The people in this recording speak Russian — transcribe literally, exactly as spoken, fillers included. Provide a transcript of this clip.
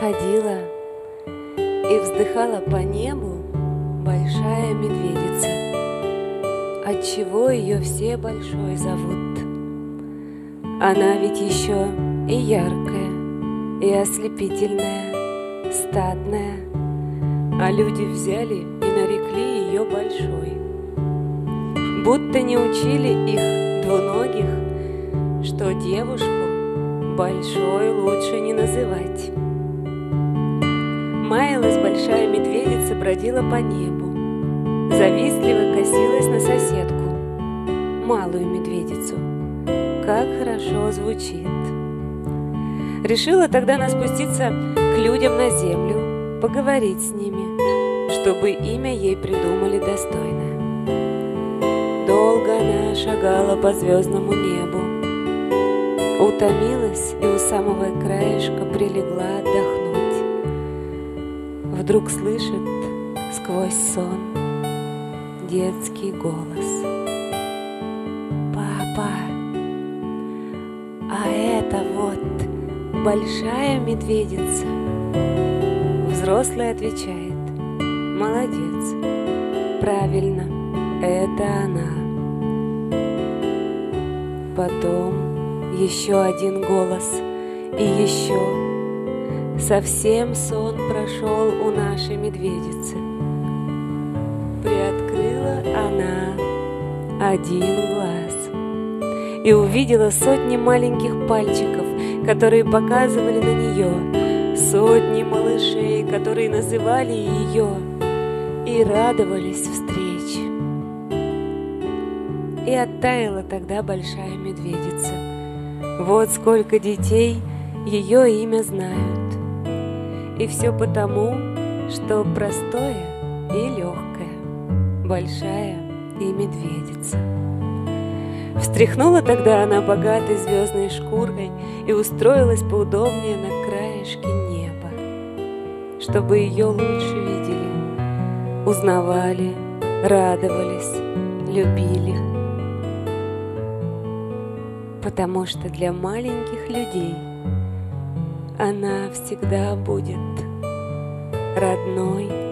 ходила и вздыхала по небу большая медведица. Отчего ее все большой зовут? Она ведь еще и яркая, и ослепительная, статная, а люди взяли и нарекли ее большой. Будто не учили их двуногих, что девушку большой лучше не называть. Маялась большая медведица, бродила по небу, завистливо косилась на соседку, малую медведицу. Как хорошо звучит. Решила тогда она спуститься к людям на землю, поговорить с ними, чтобы имя ей придумали достойное. Долго она шагала по звездному небу, утомилась и у самого краешка прилегла отдохнуть. Вдруг слышит сквозь сон детский голос: «Папа, а это вот большая медведица». Взрослый отвечает: «Молодец, правильно, это она». Потом еще один голос и еще. Совсем сон прошел у нашей медведицы. Приоткрыла она один глаз и увидела сотни маленьких пальчиков, которые показывали на нее, сотни малышей, которые называли ее и радовались встрече. И оттаяла тогда большая медведица. Вот сколько детей ее имя знают. И все потому, что простое и легкое, большая и медведица. Встряхнула тогда она богатой звездной шкурой и устроилась поудобнее на краешке неба, чтобы ее лучше видели, узнавали, радовались, любили. Потому что для маленьких людей она всегда будет родной